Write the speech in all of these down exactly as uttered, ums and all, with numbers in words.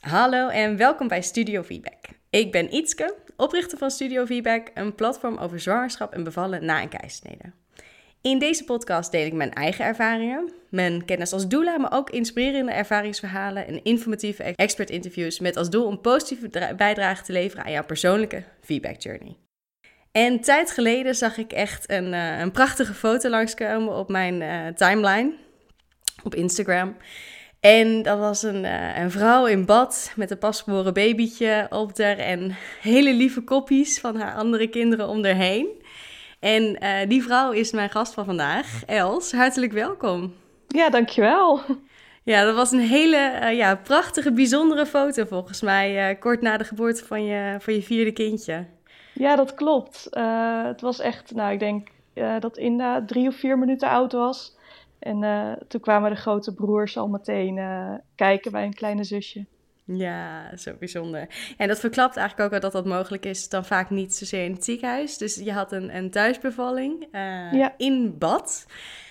Hallo en welkom bij Studio Feedback. Ik ben Ietske, oprichter van Studio Feedback, een platform over zwangerschap en bevallen na een keizersnede. In deze podcast deel ik mijn eigen ervaringen, mijn kennis als doula, maar ook inspirerende ervaringsverhalen en informatieve expert-interviews met als doel een positieve bijdrage te leveren aan jouw persoonlijke feedback journey. En een tijd geleden zag ik echt een, uh, een prachtige foto langskomen op mijn uh, timeline op Instagram. En dat was een, uh, een vrouw in bad met een pasgeboren babytje op haar en hele lieve koppies van haar andere kinderen om haar heen. En uh, die vrouw is mijn gast van vandaag, Els. Hartelijk welkom. Ja, dankjewel. Ja, dat was een hele uh, ja, prachtige, bijzondere foto volgens mij, uh, kort na de geboorte van je, van je vierde kindje. Ja, dat klopt. Uh, het was echt, nou ik denk uh, dat Inda drie of vier minuten oud was. En uh, toen kwamen de grote broers al meteen uh, kijken bij een kleine zusje. Ja, zo bijzonder. En dat verklapt eigenlijk ook wel dat dat mogelijk is dan vaak niet zozeer in het ziekenhuis. Dus je had een, een thuisbevalling uh, ja. in bad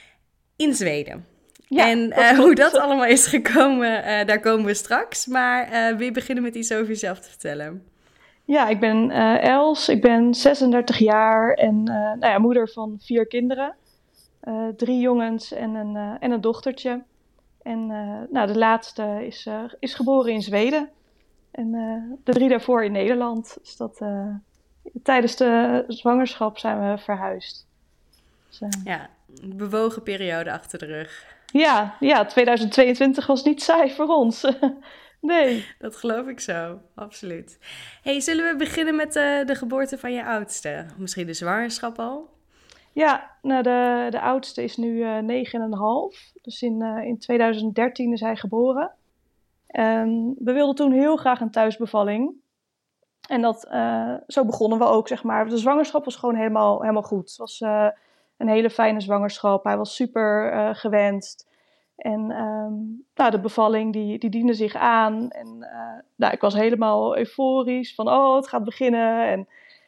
in Zweden. Ja, en uh, hoe dat allemaal is gekomen, uh, daar komen we straks. Maar uh, wil je beginnen met iets over jezelf te vertellen? Ja, ik ben uh, Els, ik ben zesendertig jaar en uh, nou ja, moeder van vier kinderen. Uh, drie jongens en een, uh, en een dochtertje. En uh, nou, de laatste is, uh, is geboren in Zweden. En uh, de drie daarvoor in Nederland. Dus dat, uh, tijdens de zwangerschap zijn we verhuisd. Dus, uh... Ja, een bewogen periode achter de rug. Ja, ja, tweeduizend tweeëntwintig was niet saai voor ons. Nee. Dat geloof ik zo, absoluut. Hey, zullen we beginnen met de, de geboorte van je oudste? Misschien de zwangerschap al? Ja, nou de, de oudste is nu uh, negen en een half. Dus in, uh, in tweeduizend dertien is hij geboren. Um, we wilden toen heel graag een thuisbevalling. En dat, uh, zo begonnen we ook, zeg maar. De zwangerschap was gewoon helemaal, helemaal goed. Het was uh, een hele fijne zwangerschap. Hij was super uh, gewenst. En um, nou, de bevalling die, die diende zich aan. En uh, nou, ik was helemaal euforisch van, oh, het gaat beginnen. En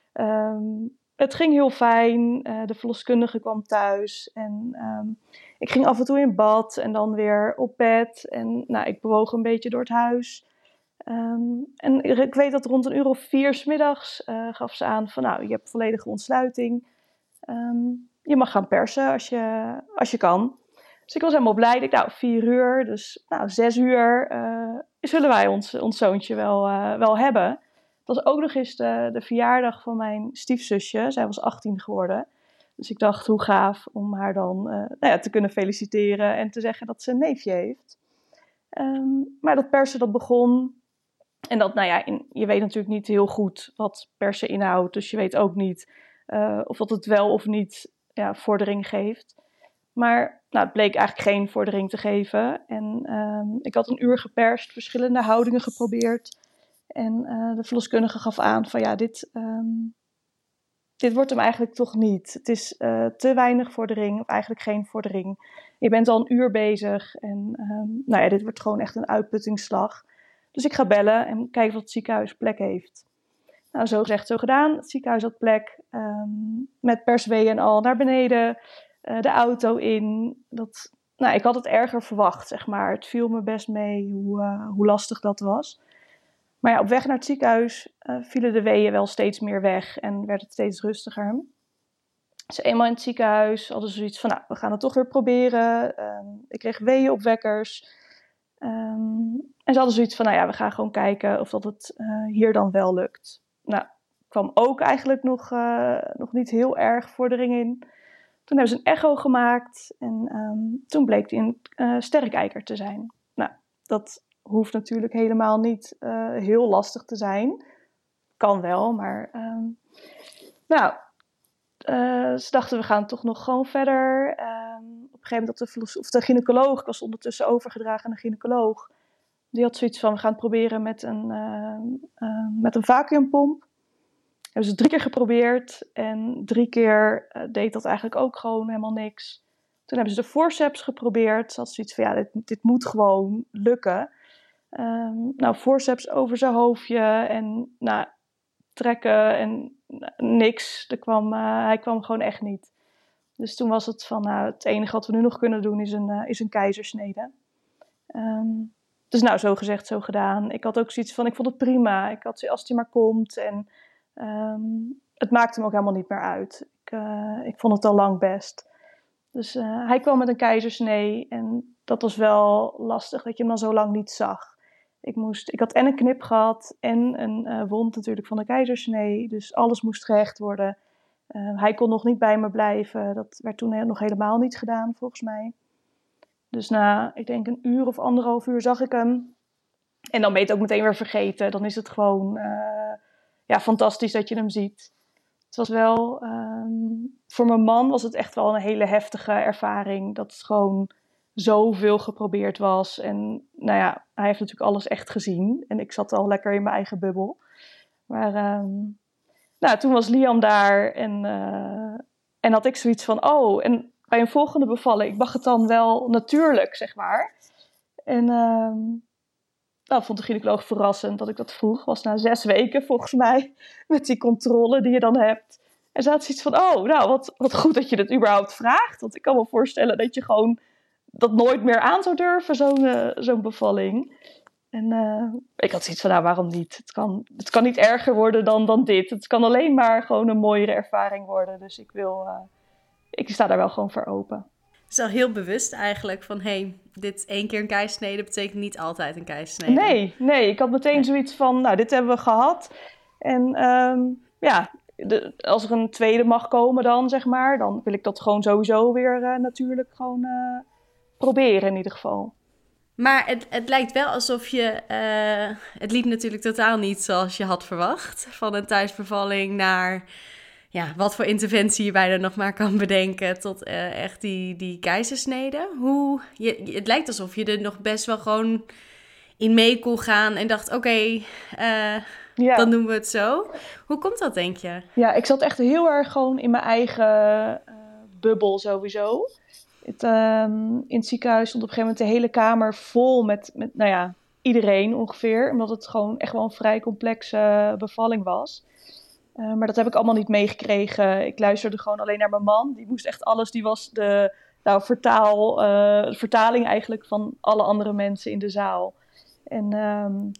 um, het ging heel fijn. Uh, de verloskundige kwam thuis. En um, ik ging af en toe in bad en dan weer op bed. En nou, ik bewoog een beetje door het huis. Um, en ik weet dat rond een uur of vier 's middags uh, gaf ze aan van, nou, je hebt volledige ontsluiting. Um, je mag gaan persen als je, als je kan. Dus ik was helemaal blij. Ik dacht, nou, vier uur, dus nou, zes uur uh, zullen wij ons, ons zoontje wel, uh, wel hebben. Het was ook nog eens de, de verjaardag van mijn stiefzusje. Zij was achttien geworden. Dus ik dacht, hoe gaaf om haar dan uh, nou ja, te kunnen feliciteren en te zeggen dat ze een neefje heeft. Um, maar dat persen, dat begon. En dat, nou ja, in, je weet natuurlijk niet heel goed wat persen inhoudt. Dus je weet ook niet uh, of dat het wel of niet ja, vordering geeft. Maar nou, het bleek eigenlijk geen vordering te geven. En um, ik had een uur geperst, verschillende houdingen geprobeerd. En uh, de verloskundige gaf aan van ja, dit, um, dit wordt hem eigenlijk toch niet. Het is uh, te weinig vordering, of eigenlijk geen vordering. Je bent al een uur bezig en um, nou ja, dit wordt gewoon echt een uitputtingsslag. Dus ik ga bellen en kijken of het ziekenhuis plek heeft. Nou, zo gezegd, zo gedaan. Het ziekenhuis had plek, um, met perswee en al naar beneden. Uh, de auto in. Dat, nou, ik had het erger verwacht, zeg maar. Het viel me best mee hoe, uh, hoe lastig dat was. Maar ja, op weg naar het ziekenhuis uh, vielen de weeën wel steeds meer weg en werd het steeds rustiger. Dus eenmaal in het ziekenhuis hadden ze zoiets van, nou, we gaan het toch weer proberen. Um, ik kreeg weeënopwekkers. Um, en ze hadden zoiets van, nou ja, we gaan gewoon kijken of dat het uh, hier dan wel lukt. Nou, kwam ook eigenlijk nog, uh, nog niet heel erg vordering in. Toen hebben ze een echo gemaakt en um, toen bleek die een uh, sterrenkijker te zijn. Nou, dat hoeft natuurlijk helemaal niet uh, heel lastig te zijn. Kan wel, maar um, nou, uh, ze dachten we gaan toch nog gewoon verder. Um, op een gegeven moment had de, of de gynaecoloog, ik was ondertussen overgedragen aan de gynaecoloog. Die had zoiets van, we gaan het proberen met een, uh, uh, met een vacuümpomp. Hebben ze drie keer geprobeerd en drie keer uh, deed dat eigenlijk ook gewoon helemaal niks. Toen hebben ze de forceps geprobeerd. Ze had zoiets van, ja, dit, dit moet gewoon lukken. Um, nou, forceps over zijn hoofdje en nou, trekken en uh, niks. Er kwam, uh, hij kwam gewoon echt niet. Dus toen was het van, nou, het enige wat we nu nog kunnen doen is een, uh, is een keizersnede. Um, dus nou, zo gezegd, zo gedaan. Ik had ook zoiets van, ik vond het prima. Ik had, als hij maar komt. En um, het maakte hem ook helemaal niet meer uit. Ik, uh, ik vond het al lang best. Dus uh, hij kwam met een keizersnee. En dat was wel lastig, dat je hem dan zo lang niet zag. Ik, moest, ik had en een knip gehad en een uh, wond natuurlijk van de keizersnee. Dus alles moest gehecht worden. Uh, hij kon nog niet bij me blijven. Dat werd toen nog helemaal niet gedaan, volgens mij. Dus na, ik denk een uur of anderhalf uur zag ik hem. En dan ben je het ook meteen weer vergeten. Dan is het gewoon uh, ja, fantastisch dat je hem ziet. Het was wel, um, voor mijn man was het echt wel een hele heftige ervaring. Dat het gewoon zoveel geprobeerd was. En nou ja, hij heeft natuurlijk alles echt gezien. En ik zat al lekker in mijn eigen bubbel. Maar um, nou, toen was Liam daar. En, uh, en had ik zoiets van, oh, en bij een volgende bevalling, ik mag het dan wel natuurlijk, zeg maar. En um, nou, vond de gynaecoloog verrassend dat ik dat vroeg. Was na zes weken volgens mij, met die controle die je dan hebt. En ze had zoiets van, oh, nou, wat, wat goed dat je dit überhaupt vraagt. Want ik kan me voorstellen dat je gewoon dat nooit meer aan zou durven, zo'n, uh, zo'n bevalling. En uh, ik had zoiets van, nou, waarom niet? Het kan, het kan niet erger worden dan, dan dit. Het kan alleen maar gewoon een mooiere ervaring worden. Dus ik wil... Uh, Ik sta daar wel gewoon voor open. Het is al heel bewust eigenlijk van, hé, hey, dit één keer een keisnede betekent niet altijd een keisnede. Nee, nee. Ik had meteen nee. zoiets van, nou, dit hebben we gehad. En um, ja, de, als er een tweede mag komen dan, zeg maar, dan wil ik dat gewoon sowieso weer uh, natuurlijk gewoon uh, proberen in ieder geval. Maar het, het lijkt wel alsof je... Uh, het liep natuurlijk totaal niet zoals je had verwacht. Van een thuisbevalling naar... Ja, wat voor interventie je bijna nog maar kan bedenken tot uh, echt die, die keizersnede. Hoe, je, het lijkt alsof je er nog best wel gewoon in mee kon gaan en dacht, oké, okay, uh, ja. dan doen we het zo. Hoe komt dat, denk je? Ja, ik zat echt heel erg gewoon in mijn eigen uh, bubbel sowieso. Het, um, in het ziekenhuis stond op een gegeven moment de hele kamer vol met, met nou ja, iedereen ongeveer. Omdat het gewoon echt wel een vrij complexe bevalling was. Uh, maar dat heb ik allemaal niet meegekregen. Ik luisterde gewoon alleen naar mijn man. Die moest echt alles, die was de, nou, vertaal, uh, de vertaling eigenlijk van alle andere mensen in de zaal. En um,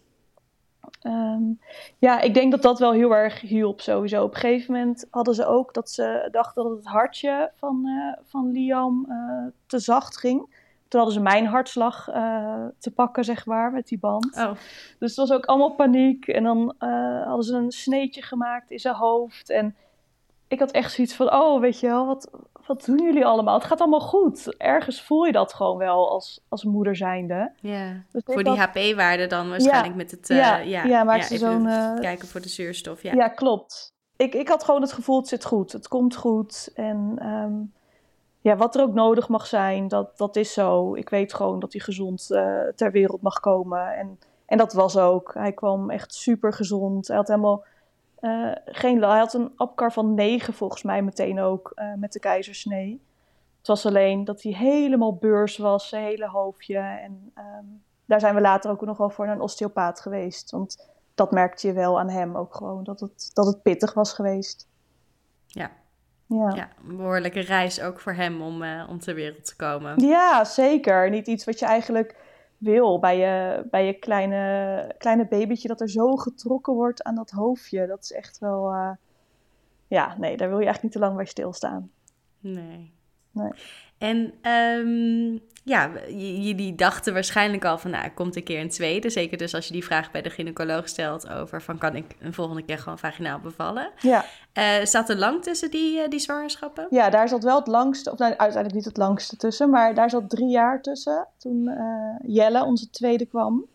um, ja, ik denk dat dat wel heel erg hielp sowieso. Op een gegeven moment hadden ze ook dat ze dachten dat het hartje van, uh, van Liam uh, te zacht ging. Toen hadden ze mijn hartslag uh, te pakken, zeg maar, met die band. Oh. Dus het was ook allemaal paniek. En dan uh, hadden ze een sneetje gemaakt in zijn hoofd. En ik had echt zoiets van, oh, weet je wel, wat, wat doen jullie allemaal? Het gaat allemaal goed. Ergens voel je dat gewoon wel als, als moeder zijnde. Ja, dus voor die had... H P-waarde dan waarschijnlijk ja, met het... Uh, ja, ja, ja, maakt ja, ze zo'n... Uh, kijken voor de zuurstof, ja. Ja, klopt. Ik, ik had gewoon het gevoel, het zit goed. Het komt goed. En... Um, Ja, wat er ook nodig mag zijn, dat, dat is zo. Ik weet gewoon dat hij gezond uh, ter wereld mag komen. En, en dat was ook. Hij kwam echt super gezond. Hij had helemaal uh, geen... Hij had een Apgar van negen volgens mij meteen ook uh, met de keizersnee. Het was alleen dat hij helemaal beurs was, zijn hele hoofdje. En um, daar zijn we later ook nog wel voor naar een osteopaat geweest. Want dat merkte je wel aan hem ook gewoon, dat het, dat het pittig was geweest. Ja. Ja. ja, een behoorlijke reis ook voor hem om, uh, om ter wereld te komen. Ja, zeker. Niet iets wat je eigenlijk wil bij je, bij je kleine, kleine babytje, dat er zo getrokken wordt aan dat hoofdje. Dat is echt wel... Uh... Ja, nee, daar wil je eigenlijk niet te lang bij stilstaan. Nee. nee. En um, ja, jullie dachten waarschijnlijk al van, nou, er komt een keer een tweede. Zeker dus als je die vraag bij de gynaecoloog stelt over van, kan ik een volgende keer gewoon vaginaal bevallen? Ja. Uh, zat er lang tussen die, uh, die zwangerschappen? Ja, daar zat wel het langste, of nou, uiteindelijk niet het langste tussen, maar daar zat drie jaar tussen. Toen uh, Jelle, onze tweede, kwam.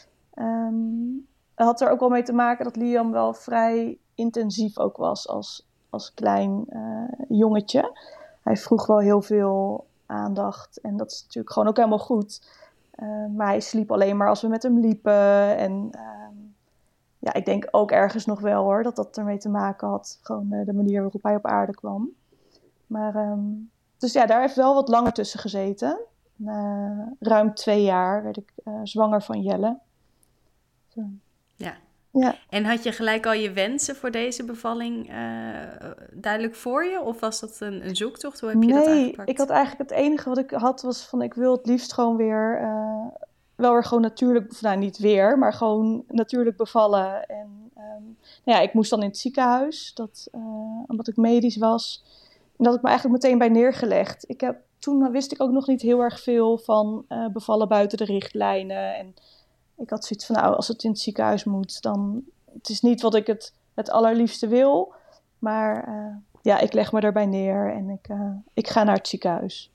Um, had er ook wel mee te maken dat Liam wel vrij intensief ook was als, als klein uh, jongetje. Hij vroeg wel heel veel aandacht en dat is natuurlijk gewoon ook helemaal goed. Uh, maar hij sliep alleen maar als we met hem liepen. En uh, ja, ik denk ook ergens nog wel hoor, dat dat ermee te maken had. Gewoon uh, de manier waarop hij op aarde kwam. Maar, um, dus ja, daar heeft wel wat langer tussen gezeten. Uh, ruim twee jaar werd ik uh, zwanger van Jelle. Zo. Ja. Ja. En had je gelijk al je wensen voor deze bevalling uh, duidelijk voor je? Of was dat een, een zoektocht? Hoe heb je nee, dat aangepakt? Ik had eigenlijk het enige wat ik had was van ik wil het liefst gewoon weer uh, wel weer gewoon natuurlijk, of nou niet weer, maar gewoon natuurlijk bevallen. En um, nou ja, ik moest dan in het ziekenhuis, dat, uh, omdat ik medisch was. En dat ik me eigenlijk meteen bij neergelegd. Ik heb, toen wist ik ook nog niet heel erg veel van uh, bevallen buiten de richtlijnen. En ik had zoiets van, nou, als het in het ziekenhuis moet, dan... Het is niet wat ik het, het allerliefste wil, maar uh, ja, ik leg me erbij neer en ik, uh, ik ga naar het ziekenhuis.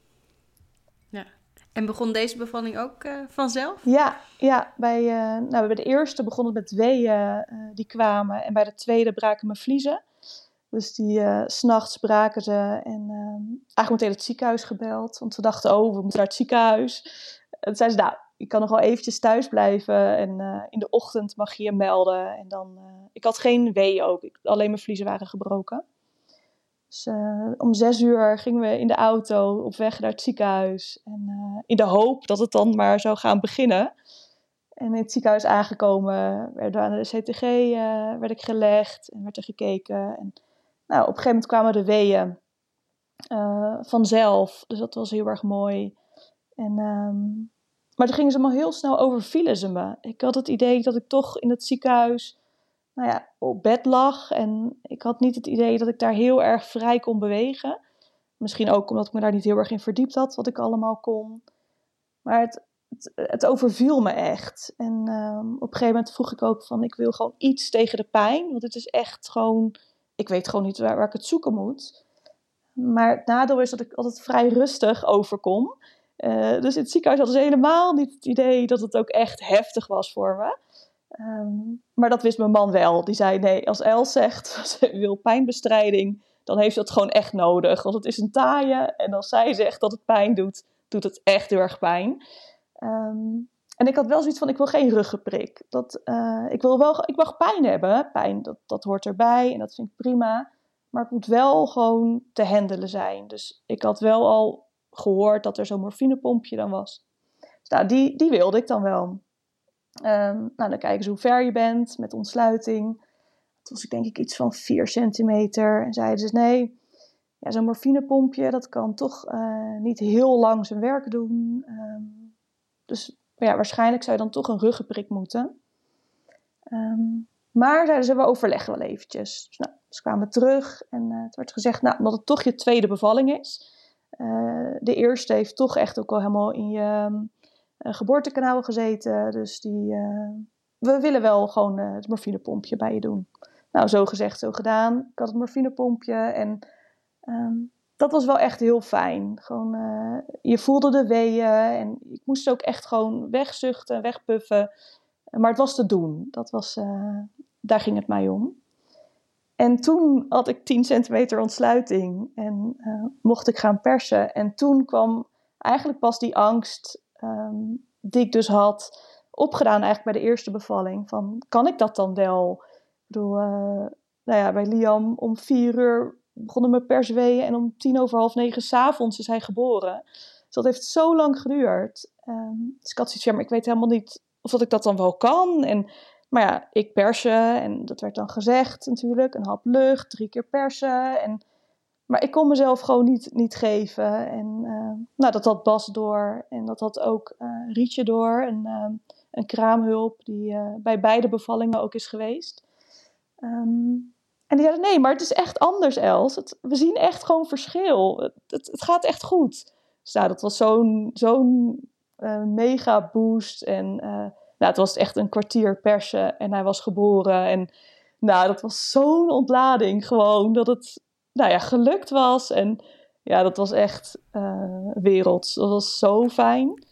Ja. En begon deze bevalling ook uh, vanzelf? Ja, ja bij, uh, nou, bij de eerste begon het met weeën uh, die kwamen en bij de tweede braken mijn vliezen. Dus die uh, 's nachts braken ze en uh, eigenlijk meteen het ziekenhuis gebeld, want we dachten, oh, we moeten naar het ziekenhuis. En toen zeiden ze, nou, je kan nog wel eventjes thuis blijven en uh, in de ochtend mag je je melden. En dan, uh, ik had geen weeën ook, ik, alleen mijn vliezen waren gebroken. Dus uh, om zes uur gingen we in de auto op weg naar het ziekenhuis. En uh, in de hoop dat het dan maar zou gaan beginnen. En in het ziekenhuis aangekomen, werd aan de C T G uh, werd ik gelegd en werd er gekeken. En nou, op een gegeven moment kwamen de weeën uh, vanzelf, dus dat was heel erg mooi. En, um, maar toen gingen ze me heel snel overvielen ze me. Ik had het idee dat ik toch in het ziekenhuis nou ja, op bed lag. En ik had niet het idee dat ik daar heel erg vrij kon bewegen. Misschien ook omdat ik me daar niet heel erg in verdiept had, wat ik allemaal kon. Maar het, het, het overviel me echt. En um, op een gegeven moment vroeg ik ook van, ik wil gewoon iets tegen de pijn. Want het is echt gewoon, ik weet gewoon niet waar, waar ik het zoeken moet. Maar het nadeel is dat ik altijd vrij rustig overkom. Uh, dus in het ziekenhuis hadden ze helemaal niet het idee dat het ook echt heftig was voor me. Um, maar dat wist mijn man wel. Die zei, nee, als Els zegt, ze wil pijnbestrijding, dan heeft ze het gewoon echt nodig. Want het is een taaie en als zij zegt dat het pijn doet, doet het echt heel erg pijn. Um, en ik had wel zoiets van, ik wil geen ruggenprik. Dat, uh, ik, wil wel, ik mag pijn hebben. Pijn, dat, dat hoort erbij en dat vind ik prima. Maar het moet wel gewoon te handelen zijn. Dus ik had wel al gehoord dat er zo'n morfinepompje dan was. Dus nou, die, die wilde ik dan wel. Um, nou, dan kijken ze hoe ver je bent met ontsluiting. Dat was ik denk ik iets van vier centimeter. En zeiden ze, nee, ja, zo'n morfinepompje, dat kan toch uh, niet heel lang zijn werk doen. Um, dus ja, waarschijnlijk zou je dan toch een ruggenprik moeten. Um, maar zeiden ze, we overleggen wel eventjes. Dus nou, ze kwamen terug en uh, het werd gezegd, nou, omdat het toch je tweede bevalling is. Uh, de eerste heeft toch echt ook al helemaal in je uh, geboortekanaal gezeten. Dus die, uh, we willen wel gewoon uh, het morfinepompje bij je doen. Nou, zo gezegd, zo gedaan. Ik had het morfinepompje en um, dat was wel echt heel fijn. Gewoon, uh, je voelde de weeën en ik moest ook echt gewoon wegzuchten, wegpuffen. Maar het was te doen. Dat was, uh, daar ging het mij om. En toen had ik tien centimeter ontsluiting en uh, mocht ik gaan persen. En toen kwam eigenlijk pas die angst um, die ik dus had opgedaan eigenlijk bij de eerste bevalling. Van, kan ik dat dan wel? Ik bedoel, uh, nou ja, bij Liam om vier uur begonnen mijn persweeën en om tien over half negen 's avonds is hij geboren. Dus dat heeft zo lang geduurd. Um, dus ik had zoiets van, maar ik weet helemaal niet of dat ik dat dan wel kan. En, maar ja, ik persen en dat werd dan gezegd natuurlijk. Een hap lucht, drie keer persen. En, maar ik kon mezelf gewoon niet, niet geven. En uh, nou, dat had Bas door. En dat had ook uh, Rietje door. Een, uh, een kraamhulp die uh, bij beide bevallingen ook is geweest. Um, en die zeiden, nee, maar het is echt anders, Els. Het, we zien echt gewoon verschil. Het, het, het gaat echt goed. Dus nou, dat was zo'n, zo'n uh, mega boost. En uh, nou, het was echt een kwartier persen en hij was geboren. En nou, dat was zo'n ontlading gewoon, dat het nou ja, gelukt was. En ja, dat was echt uh, werelds. Dat was zo fijn.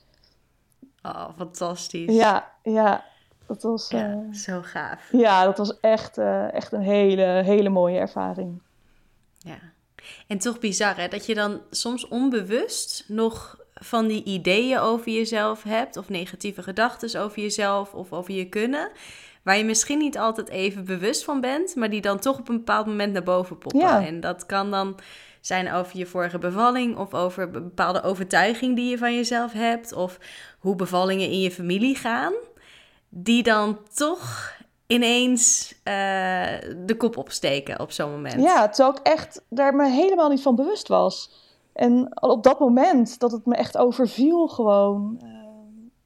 Oh, fantastisch. Ja, ja. Dat was, uh, ja, zo gaaf. Ja, dat was echt, uh, echt een hele, hele mooie ervaring. Ja. En toch bizar, hè? Dat je dan soms onbewust nog van die ideeën over jezelf hebt, of negatieve gedachten over jezelf of over je kunnen, waar je misschien niet altijd even bewust van bent, maar die dan toch op een bepaald moment naar boven poppen. Ja. En dat kan dan zijn over je vorige bevalling of over een bepaalde overtuiging die je van jezelf hebt, of hoe bevallingen in je familie gaan, die dan toch ineens uh, de kop opsteken op zo'n moment. Ja, terwijl ik echt daar me helemaal niet van bewust was. En op dat moment dat het me echt overviel gewoon, uh,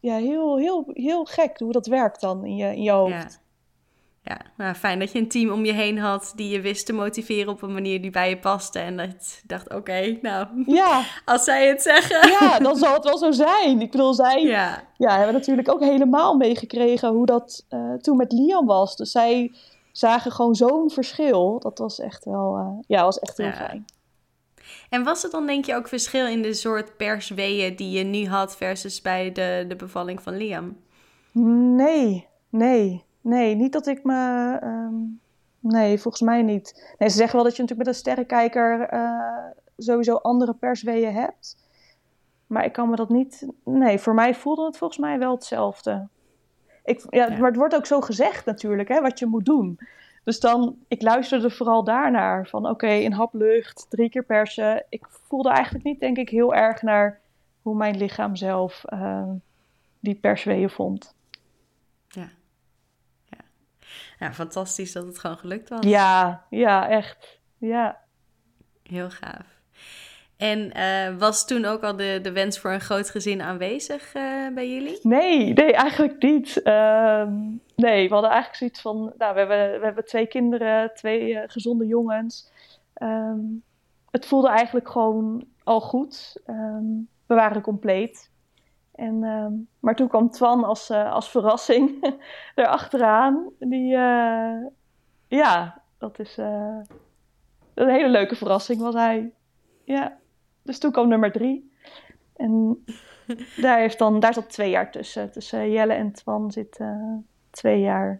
ja, heel, heel, heel gek hoe dat werkt dan in je, in je hoofd. Ja. Ja, nou, fijn dat je een team om je heen had die je wist te motiveren op een manier die bij je paste. En dat je dacht, oké, okay, nou, ja. als zij het zeggen. Ja, dan zal het wel zo zijn. Ik bedoel, zij ja. Ja, hebben natuurlijk ook helemaal meegekregen hoe dat uh, toen met Liam was. Dus zij zagen gewoon zo'n verschil. Dat was echt wel, uh, ja, was echt heel ja. fijn. En was er dan denk je ook verschil in de soort persweeën die je nu had versus bij de, de bevalling van Liam? Nee, nee. Nee, niet dat ik me... Um, nee, volgens mij niet. Nee, ze zeggen wel dat je natuurlijk met een sterrenkijker uh, sowieso andere persweeën hebt. Maar ik kan me dat niet... Nee, voor mij voelde het volgens mij wel hetzelfde. Ik, ja, ja. Maar het wordt ook zo gezegd natuurlijk, hè, wat je moet doen. Dus dan, ik luisterde vooral daarnaar. Van oké, okay, een hap lucht, drie keer persen. Ik voelde eigenlijk niet, denk ik, heel erg naar hoe mijn lichaam zelf uh, die persweeën vond. Ja. ja. Ja, fantastisch dat het gewoon gelukt was. Ja, ja, echt. Ja. Heel gaaf. En uh, was toen ook al de, de wens voor een groot gezin aanwezig uh, bij jullie? Nee, nee, eigenlijk niet. Uh, nee, we hadden eigenlijk zoiets van... Nou, we hebben, we hebben twee kinderen, twee uh, gezonde jongens. Um, het voelde eigenlijk gewoon al goed. Um, we waren compleet. En, um, maar toen kwam Twan als, uh, als verrassing erachteraan. Die, uh, ja, dat is uh, een hele leuke verrassing was hij. Ja, dus toen kwam nummer drie. En daar, heeft dan, daar zat twee jaar tussen. Tussen Jelle en Twan zit uh, twee jaar.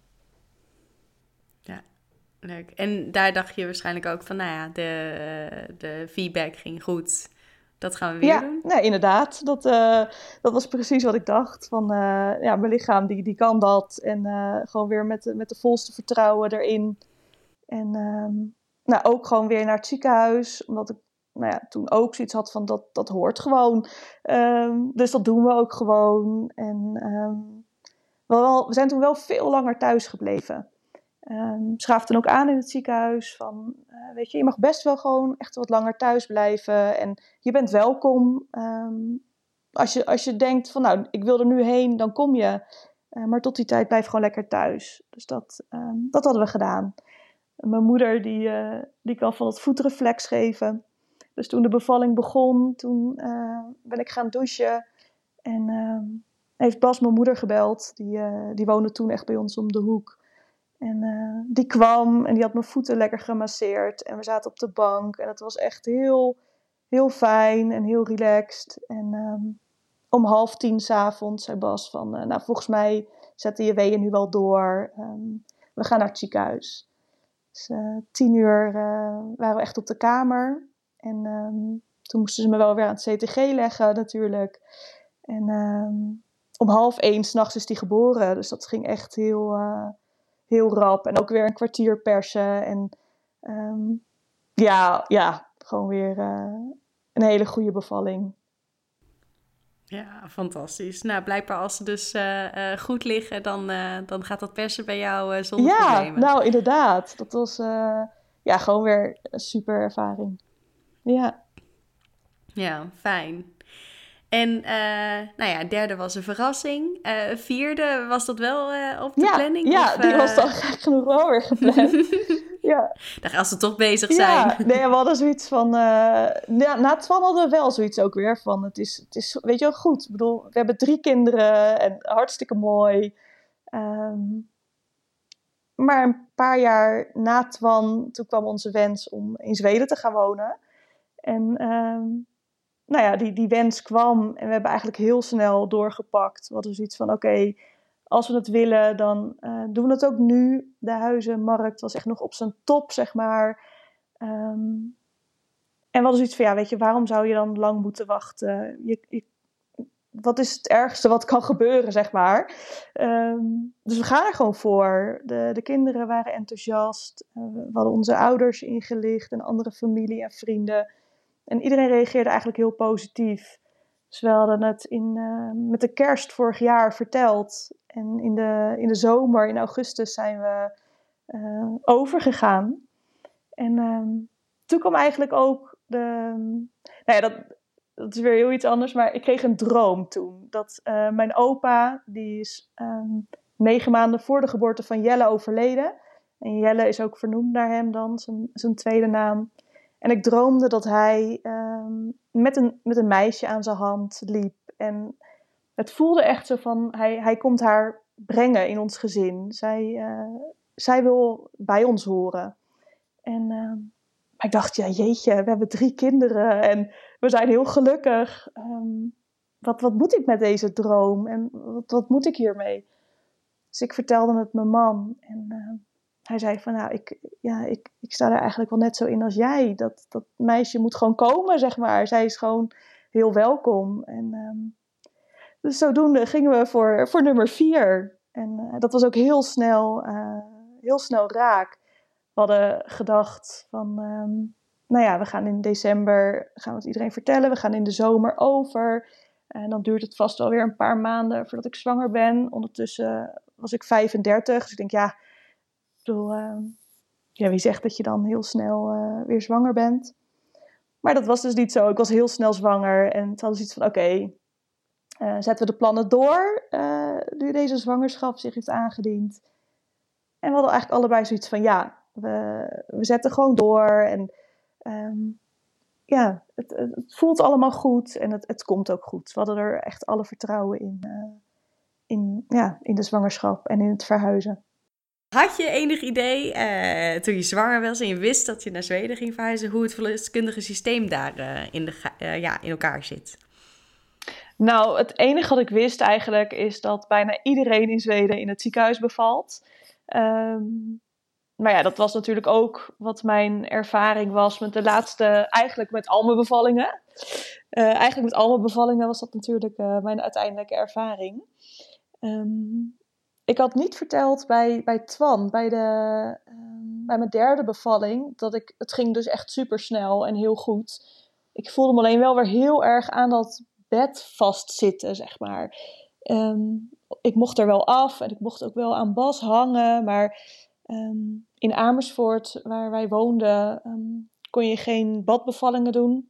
Ja, leuk. En daar dacht je waarschijnlijk ook van, nou ja, de, de feedback ging goed. Dat gaan we weer ja, doen. Ja, nee, inderdaad. Dat, uh, dat was precies wat ik dacht. Van, uh, ja, mijn lichaam die, die kan dat. En uh, gewoon weer met, met de volste vertrouwen erin. En um, nou, ook gewoon weer naar het ziekenhuis. Omdat ik nou ja, toen ook zoiets had van dat, dat hoort gewoon. Um, dus dat doen we ook gewoon. En um, we, wel, we zijn toen wel veel langer thuis gebleven. Um, schaaf toen ook aan in het ziekenhuis van, uh, weet je, je mag best wel gewoon echt wat langer thuis blijven. En je bent welkom. Um, als, je, als je denkt van, nou, ik wil er nu heen, dan kom je. Uh, maar tot die tijd blijf gewoon lekker thuis. Dus dat, um, dat hadden we gedaan. Mijn moeder die, uh, die kan van het voetreflex geven. Dus toen de bevalling begon, toen uh, ben ik gaan douchen. En uh, heeft Bas mijn moeder gebeld. Die, uh, die woonde toen echt bij ons om de hoek. En uh, die kwam en die had mijn voeten lekker gemasseerd. En we zaten op de bank. En het was echt heel, heel fijn en heel relaxed. En um, om half tien 's avonds zei Bas van... Uh, nou, volgens mij zetten je weeën nu wel door. Um, we gaan naar het ziekenhuis. Dus uh, tien uur uh, waren we echt op de kamer. En um, toen moesten ze me wel weer aan het C T G leggen natuurlijk. En um, om half één 's nachts is die geboren. Dus dat ging echt heel, uh, heel rap. En ook weer een kwartier persen. En um, ja, ja, gewoon weer uh, een hele goede bevalling. Ja, fantastisch. Nou, blijkbaar als ze dus uh, uh, goed liggen, dan, uh, dan gaat dat persen bij jou uh, zonder ja, problemen. Ja, nou inderdaad. Dat was uh, ja, gewoon weer een super ervaring. Ja. Ja, fijn. En uh, nou ja, derde was een verrassing. Uh, vierde, was dat wel uh, op de ja, planning? Ja, of, uh... die was dan gek genoeg wel weer gepland. ja. Dacht, als ze toch bezig ja, zijn. Nee, we hadden zoiets van... Uh, na, na Twan hadden we wel zoiets ook weer van... Het is, het is, weet je wel, goed. Ik bedoel, we hebben drie kinderen en hartstikke mooi. Um, maar een paar jaar na Twan, toen kwam onze wens om in Zweden te gaan wonen. En... Um, nou ja, die, die wens kwam en we hebben eigenlijk heel snel doorgepakt. We hadden zoiets van, oké, okay, als we het willen, dan uh, doen we het ook nu. De huizenmarkt was echt nog op zijn top, zeg maar. Um, en we hadden zoiets van, ja, weet je, waarom zou je dan lang moeten wachten? Je, je, wat is het ergste wat kan gebeuren, zeg maar? Um, dus we gaan er gewoon voor. De, de kinderen waren enthousiast. Uh, we hadden onze ouders ingelicht en andere familie en vrienden. En iedereen reageerde eigenlijk heel positief. Dus we hadden het in, uh, met de kerst vorig jaar verteld. En in de, in de zomer, in augustus, zijn we uh, overgegaan. En um, toen kwam eigenlijk ook de... Nou ja, dat, dat is weer heel iets anders, maar ik kreeg een droom toen. Dat uh, mijn opa, die is um, negen maanden voor de geboorte van Jelle overleden. En Jelle is ook vernoemd naar hem dan, zijn, zijn tweede naam. En ik droomde dat hij um, met, een, met een meisje aan zijn hand liep. En het voelde echt zo van, hij, hij komt haar brengen in ons gezin. Zij, uh, zij wil bij ons horen. En uh, maar ik dacht, ja jeetje, we hebben drie kinderen en we zijn heel gelukkig. Um, wat, wat moet ik met deze droom? En wat, wat moet ik hiermee? Dus ik vertelde het mijn man. En uh, hij zei van, nou, ik, ja, ik, ik sta er eigenlijk wel net zo in als jij. Dat, dat meisje moet gewoon komen, zeg maar. Zij is gewoon heel welkom. En um, dus zodoende gingen we voor, voor nummer vier. En uh, dat was ook heel snel, uh, heel snel raak. We hadden gedacht van, um, nou ja, we gaan in december, gaan we het iedereen vertellen. We gaan in de zomer over. En dan duurt het vast wel weer een paar maanden voordat ik zwanger ben. Ondertussen was ik vijfendertig. Dus ik denk, ja, ik bedoel, uh, ja, wie zegt dat je dan heel snel uh, weer zwanger bent? Maar dat was dus niet zo. Ik was heel snel zwanger. En het hadden zoiets van, oké, okay, uh, zetten we de plannen door. Uh, nu deze zwangerschap zich heeft aangediend. En we hadden eigenlijk allebei zoiets van, ja, we, we zetten gewoon door. En um, ja, het, het voelt allemaal goed en het, het komt ook goed. We hadden er echt alle vertrouwen in, uh, in, ja, in de zwangerschap en in het verhuizen. Had je enig idee, uh, toen je zwanger was en je wist dat je naar Zweden ging verhuizen, hoe het verloskundige systeem daar uh, in, de, uh, ja, in elkaar zit? Nou, het enige wat ik wist eigenlijk is dat bijna iedereen in Zweden in het ziekenhuis bevalt. Um, maar ja, dat was natuurlijk ook wat mijn ervaring was met de laatste, eigenlijk met al mijn bevallingen. Uh, eigenlijk met al mijn bevallingen was dat natuurlijk uh, mijn uiteindelijke ervaring. Um, ik had niet verteld bij, bij Twan, bij, de, um, bij mijn derde bevalling, dat ik, het ging dus echt super snel en heel goed. Ik voelde me alleen wel weer heel erg aan dat bed vastzitten, zeg maar. Um, ik mocht er wel af en ik mocht ook wel aan Bas hangen, maar um, in Amersfoort, waar wij woonden, um, kon je geen badbevallingen doen.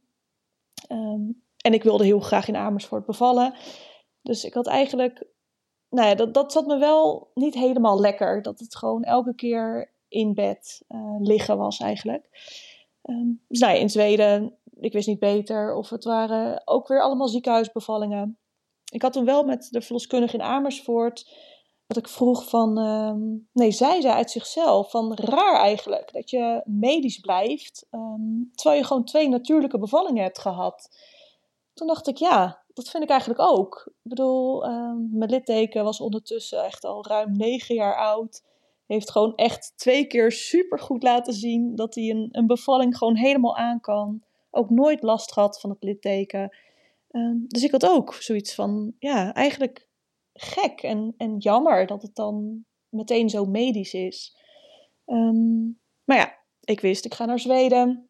Um, en ik wilde heel graag in Amersfoort bevallen. Dus ik had eigenlijk, nou ja, dat, dat zat me wel niet helemaal lekker. Dat het gewoon elke keer in bed uh, liggen was eigenlijk. Um, dus nou ja, in Zweden, ik wist niet beter. Of het waren ook weer allemaal ziekenhuisbevallingen. Ik had toen wel met de verloskundige in Amersfoort, dat ik vroeg van, um, nee, zij zei uit zichzelf, van raar eigenlijk, dat je medisch blijft, um, terwijl je gewoon twee natuurlijke bevallingen hebt gehad. Toen dacht ik, ja, dat vind ik eigenlijk ook. Ik bedoel, um, mijn litteken was ondertussen echt al ruim negen jaar oud. Heeft gewoon echt twee keer supergoed laten zien dat hij een, een bevalling gewoon helemaal aan kan. Ook nooit last gehad van het litteken. Um, dus ik had ook zoiets van, ja, eigenlijk gek en, en jammer dat het dan meteen zo medisch is. Um, maar ja, ik wist, ik ga naar Zweden.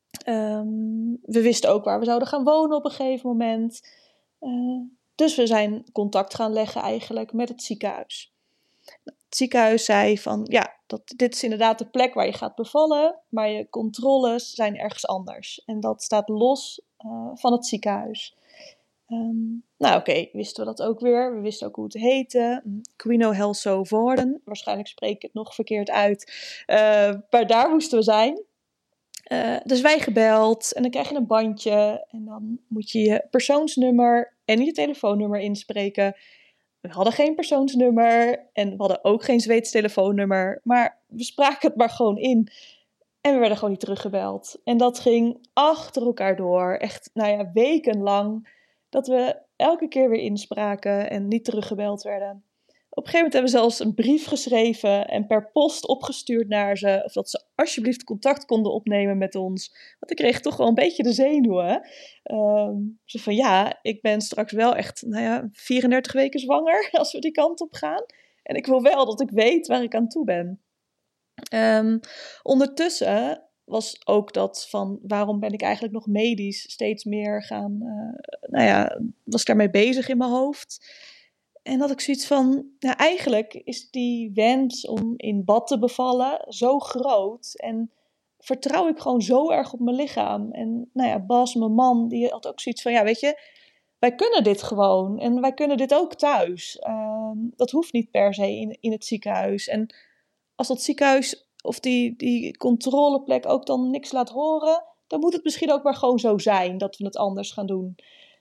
Um, we wisten ook waar we zouden gaan wonen op een gegeven moment. Uh, dus we zijn contact gaan leggen eigenlijk met het ziekenhuis. Het ziekenhuis zei van, ja, dat, dit is inderdaad de plek waar je gaat bevallen, maar je controles zijn ergens anders. En dat staat los uh, van het ziekenhuis. Um, nou oké, okay, wisten we dat ook weer. We wisten ook hoe het heette. Quino Helso Voorden. Waarschijnlijk spreek ik het nog verkeerd uit. Uh, maar daar moesten we zijn. Uh, dus wij gebeld en dan krijg je een bandje. En dan moet je je persoonsnummer en je telefoonnummer inspreken. We hadden geen persoonsnummer en we hadden ook geen Zweeds telefoonnummer. Maar we spraken het maar gewoon in. En we werden gewoon niet teruggebeld. En dat ging achter elkaar door. Echt, nou ja, wekenlang. Dat we elke keer weer inspraken en niet teruggebeld werden. Op een gegeven moment hebben we zelfs een brief geschreven en per post opgestuurd naar ze. Of dat ze alsjeblieft contact konden opnemen met ons. Want ik kreeg toch wel een beetje de zenuwen. Um, ze van ja, ik ben straks wel echt, nou ja, vierendertig weken zwanger als we die kant op gaan. En ik wil wel dat ik weet waar ik aan toe ben. Um, ondertussen was ook dat van waarom ben ik eigenlijk nog medisch steeds meer gaan, uh, nou ja, was ik daarmee bezig in mijn hoofd. En had ik zoiets van, nou eigenlijk is die wens om in bad te bevallen zo groot. En vertrouw ik gewoon zo erg op mijn lichaam. En nou ja, Bas, mijn man, die had ook zoiets van, ja, weet je, wij kunnen dit gewoon. En wij kunnen dit ook thuis. Uh, dat hoeft niet per se in, in het ziekenhuis. En als dat ziekenhuis of die, die controleplek ook dan niks laat horen, dan moet het misschien ook maar gewoon zo zijn dat we het anders gaan doen.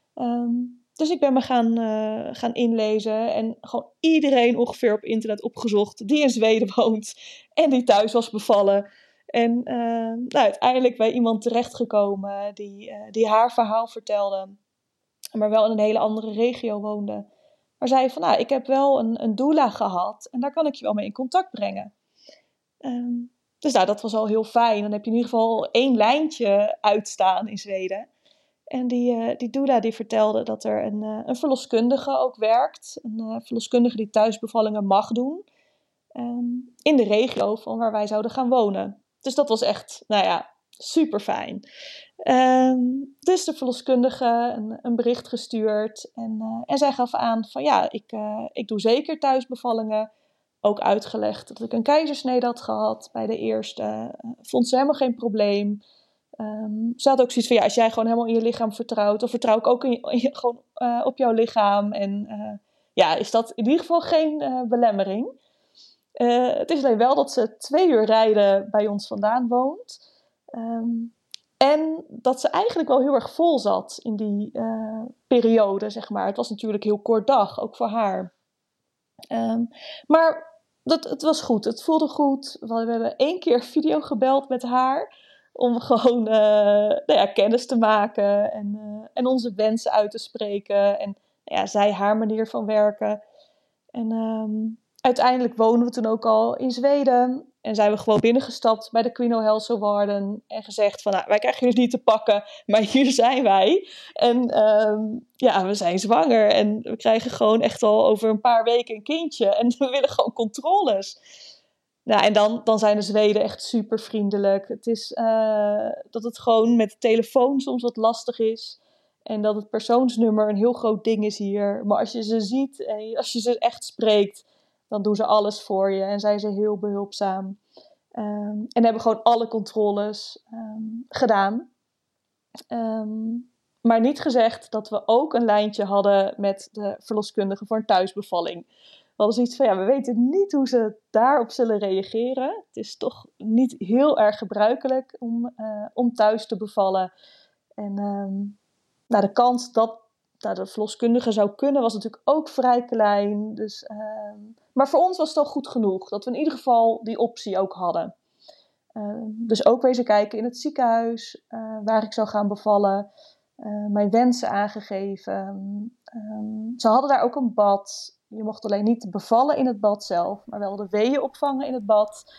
Um, dus ik ben me gaan, uh, gaan inlezen en gewoon iedereen ongeveer op internet opgezocht die in Zweden woont en die thuis was bevallen. En uh, nou, uiteindelijk bij iemand terechtgekomen die, uh, die haar verhaal vertelde, maar wel in een hele andere regio woonde. Maar zei van, nou, ik heb wel een, een doula gehad en daar kan ik je wel mee in contact brengen. Um, dus nou, dat was al heel fijn. Dan heb je in ieder geval één lijntje uitstaan in Zweden. En die, uh, die doula die vertelde dat er een, uh, een verloskundige ook werkt. Een uh, verloskundige die thuisbevallingen mag doen. Um, in de regio van waar wij zouden gaan wonen. Dus dat was echt, nou ja, super fijn. Um, dus de verloskundige een, een bericht gestuurd. En, uh, en zij gaf aan van ja, ik, uh, ik doe zeker thuisbevallingen. Ook uitgelegd dat ik een keizersnede had gehad bij de eerste. Uh, vond ze helemaal geen probleem. Um, ze had ook zoiets van, ja, als jij gewoon helemaal in je lichaam vertrouwt, dan vertrouw ik ook in je, in je, gewoon uh, op jouw lichaam. En uh, ja, is dat in ieder geval geen uh, belemmering. Uh, het is alleen wel dat ze twee uur rijden bij ons vandaan woont. Um, en dat ze eigenlijk wel heel erg vol zat in die uh, periode, zeg maar. Het was natuurlijk een heel kort dag, ook voor haar. Um, maar dat, het was goed, het voelde goed. We hebben één keer video gebeld met haar om gewoon uh, nou ja, kennis te maken en, uh, en onze wensen uit te spreken. En ja, zij haar manier van werken. En um, uiteindelijk woonden we toen ook al in Zweden. En zijn we gewoon binnengestapt bij de Queen O'Helso Warden. En gezegd van, nou, wij krijgen jullie niet te pakken, maar hier zijn wij. En um, ja, we zijn zwanger. En we krijgen gewoon echt al over een paar weken een kindje. En we willen gewoon controles. Nou, en dan, dan zijn de Zweden echt super vriendelijk. Het is uh, dat het gewoon met de telefoon soms wat lastig is. En dat het persoonsnummer een heel groot ding is hier. Maar als je ze ziet en als je ze echt spreekt, dan doen ze alles voor je. En zijn ze heel behulpzaam. Um, en hebben gewoon alle controles um, gedaan. Um, maar niet gezegd dat we ook een lijntje hadden met de verloskundige voor een thuisbevalling. We hadden zoiets van, ja, we weten niet hoe ze daarop zullen reageren. Het is toch niet heel erg gebruikelijk om, uh, om thuis te bevallen. En um, nou, de kans dat nou, de verloskundige zou kunnen was natuurlijk ook vrij klein. Dus, um, maar voor ons was het toch goed genoeg dat we in ieder geval die optie ook hadden. Uh, dus ook wezen kijken in het ziekenhuis uh, waar ik zou gaan bevallen. Uh, mijn wensen aangegeven. Um, ze hadden daar ook een bad. Je mocht alleen niet bevallen in het bad zelf, maar wel de weeën opvangen in het bad.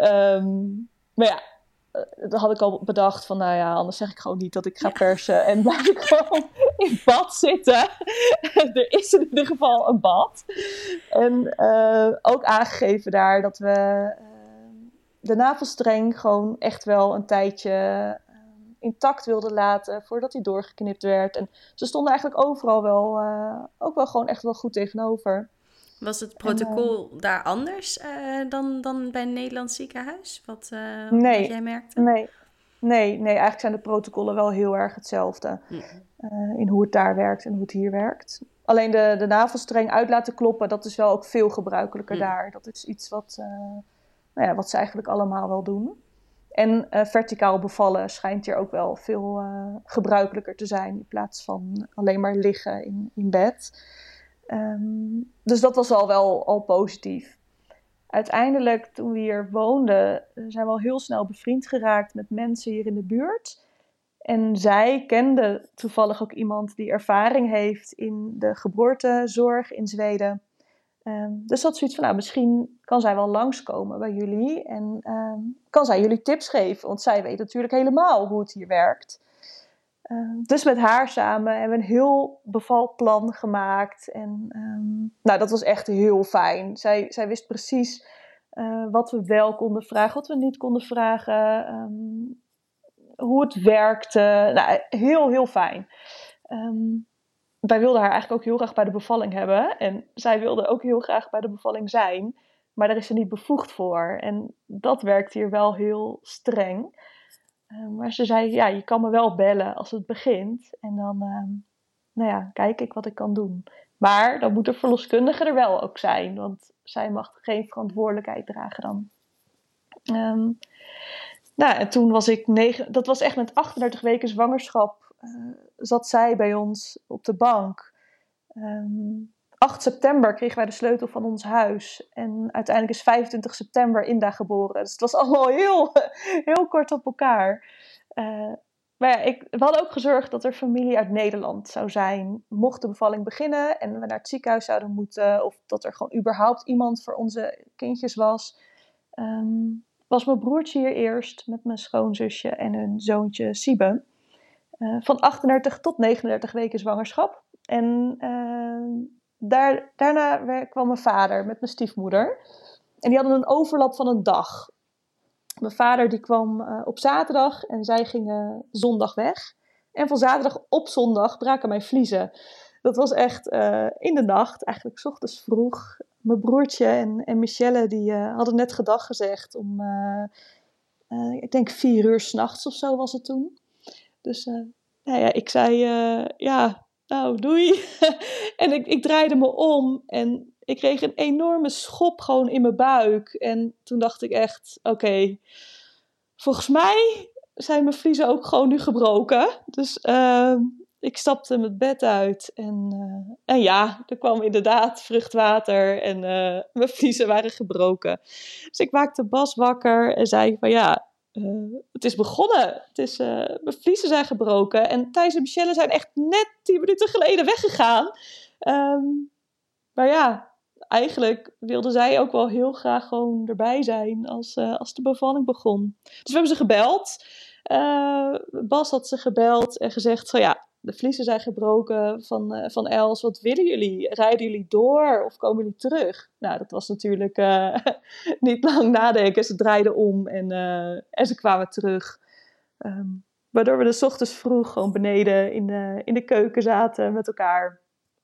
Um, maar ja, uh, dat had ik al bedacht van, nou ja, anders zeg ik gewoon niet dat ik ga ja. persen en blijf ik gewoon in het bad zitten. Er is in ieder geval een bad. En uh, ook aangegeven daar dat we uh, de navelstreng gewoon echt wel een tijdje uh, intact wilden laten voordat hij doorgeknipt werd. En ze stonden eigenlijk overal wel, uh, ook wel gewoon echt wel goed tegenover. Was het protocol en, uh, daar anders uh, dan, dan bij een Nederlands ziekenhuis? Wat, uh, nee, wat jij merkte? Nee, nee, nee, eigenlijk zijn de protocollen wel heel erg hetzelfde. Mm. Uh, in hoe het daar werkt en hoe het hier werkt. Alleen de, de navelstreng uit laten kloppen, dat is wel ook veel gebruikelijker mm. daar. Dat is iets wat, uh, nou ja, wat ze eigenlijk allemaal wel doen. En uh, verticaal bevallen schijnt hier ook wel veel uh, gebruikelijker te zijn in plaats van alleen maar liggen in, in bed. Um, dus dat was al wel al positief. Uiteindelijk, toen we hier woonden, zijn we al heel snel bevriend geraakt met mensen hier in de buurt. En zij kende toevallig ook iemand die ervaring heeft in de geboortezorg in Zweden. Um, dus dat is zoiets van, nou, misschien kan zij wel langskomen bij jullie. En um, kan zij jullie tips geven, want zij weet natuurlijk helemaal hoe het hier werkt. Uh, dus met haar samen hebben we een heel bevalplan gemaakt. En um, nou, dat was echt heel fijn. Zij, zij wist precies uh, wat we wel konden vragen, wat we niet konden vragen. Um, hoe het werkte. Nou, heel, heel fijn. Um, wij wilden haar eigenlijk ook heel graag bij de bevalling hebben. En zij wilde ook heel graag bij de bevalling zijn. Maar daar is ze niet bevoegd voor. En dat werkt hier wel heel streng. Uh, maar ze zei, ja, je kan me wel bellen als het begint. En dan, uh, nou ja, kijk ik wat ik kan doen. Maar dan moet de verloskundige er wel ook zijn. Want zij mag geen verantwoordelijkheid dragen dan. Um, nou, en toen was ik negen... Dat was echt met achtendertig weken zwangerschap. Uh, zat zij bij ons op de bank. Um, acht september kregen wij de sleutel van ons huis. En uiteindelijk is vijfentwintig september Inda geboren. Dus het was allemaal heel, heel kort op elkaar. Uh, maar ja, ik, we hadden ook gezorgd dat er familie uit Nederland zou zijn. Mocht de bevalling beginnen en we naar het ziekenhuis zouden moeten. Of dat er gewoon überhaupt iemand voor onze kindjes was. Um, was mijn broertje hier eerst met mijn schoonzusje en hun zoontje Siebe. Uh, van achtendertig tot negenendertig weken zwangerschap. En uh, daar, daarna kwam mijn vader met mijn stiefmoeder. En die hadden een overlap van een dag. Mijn vader die kwam uh, op zaterdag en zij gingen zondag weg. En van zaterdag op zondag braken mijn vliezen. Dat was echt uh, in de nacht, eigenlijk 's ochtends vroeg. Mijn broertje en, en Michelle die uh, hadden net gedag gezegd om, uh, uh, ik denk vier uur 's nachts of zo was het toen. Dus uh, nou ja, ik zei, uh, ja, nou doei. En ik, ik draaide me om en ik kreeg een enorme schop gewoon in mijn buik. En toen dacht ik echt, oké, okay, volgens mij zijn mijn vliezen ook gewoon nu gebroken. Dus uh, ik stapte mijn bed uit en, uh, en ja, er kwam inderdaad vruchtwater en uh, mijn vliezen waren gebroken. Dus ik maakte Bas wakker en zei van ja, uh, het is begonnen. Het is, uh, mijn vliezen zijn gebroken en Thijs en Michelle zijn echt net tien minuten geleden weggegaan. Um, maar ja, eigenlijk wilden zij ook wel heel graag gewoon erbij zijn als, uh, als de bevalling begon. Dus we hebben ze gebeld. Uh, Bas had ze gebeld en gezegd van ja, de vliezen zijn gebroken van, uh, van Els. Wat willen jullie? Rijden jullie door of komen jullie terug? Nou, dat was natuurlijk uh, niet lang nadenken. Ze draaiden om en, uh, en ze kwamen terug. Um, waardoor we de 's ochtends vroeg gewoon beneden in de, in de keuken zaten met elkaar.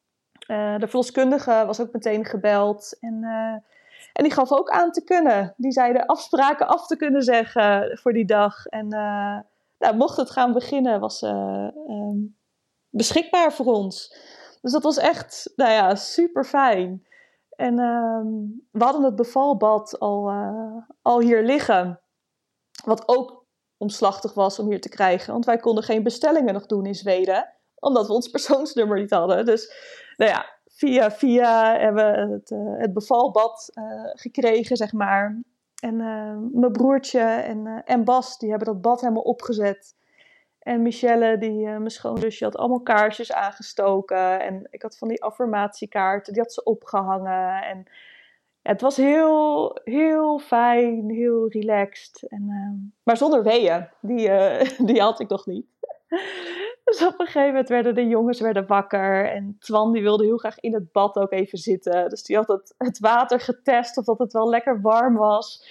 Uh, de verloskundige was ook meteen gebeld en, uh, en die gaf ook aan te kunnen. Die zeiden afspraken af te kunnen zeggen voor die dag. En uh, nou, mocht het gaan beginnen, was ze uh, um, beschikbaar voor ons. Dus dat was echt, nou ja, super fijn. En uh, we hadden het bevalbad al, uh, al hier liggen. Wat ook omslachtig was om hier te krijgen. Want wij konden geen bestellingen nog doen in Zweden. Omdat we ons persoonsnummer niet hadden. Dus nou ja, via via hebben we het, uh, het bevalbad uh, gekregen, zeg maar. En uh, mijn broertje en, uh, en Bas, die hebben dat bad helemaal opgezet. En Michelle, die, uh, mijn schoonzusje, had allemaal kaarsjes aangestoken. En ik had van die affirmatiekaarten, die had ze opgehangen. En ja, het was heel, heel fijn, heel relaxed. En, uh, maar zonder weeën, die, uh, die had ik nog niet. Dus op een gegeven moment werden de jongens werden wakker. En Twan die wilde heel graag in het bad ook even zitten. Dus die had het, het water getest of dat het wel lekker warm was.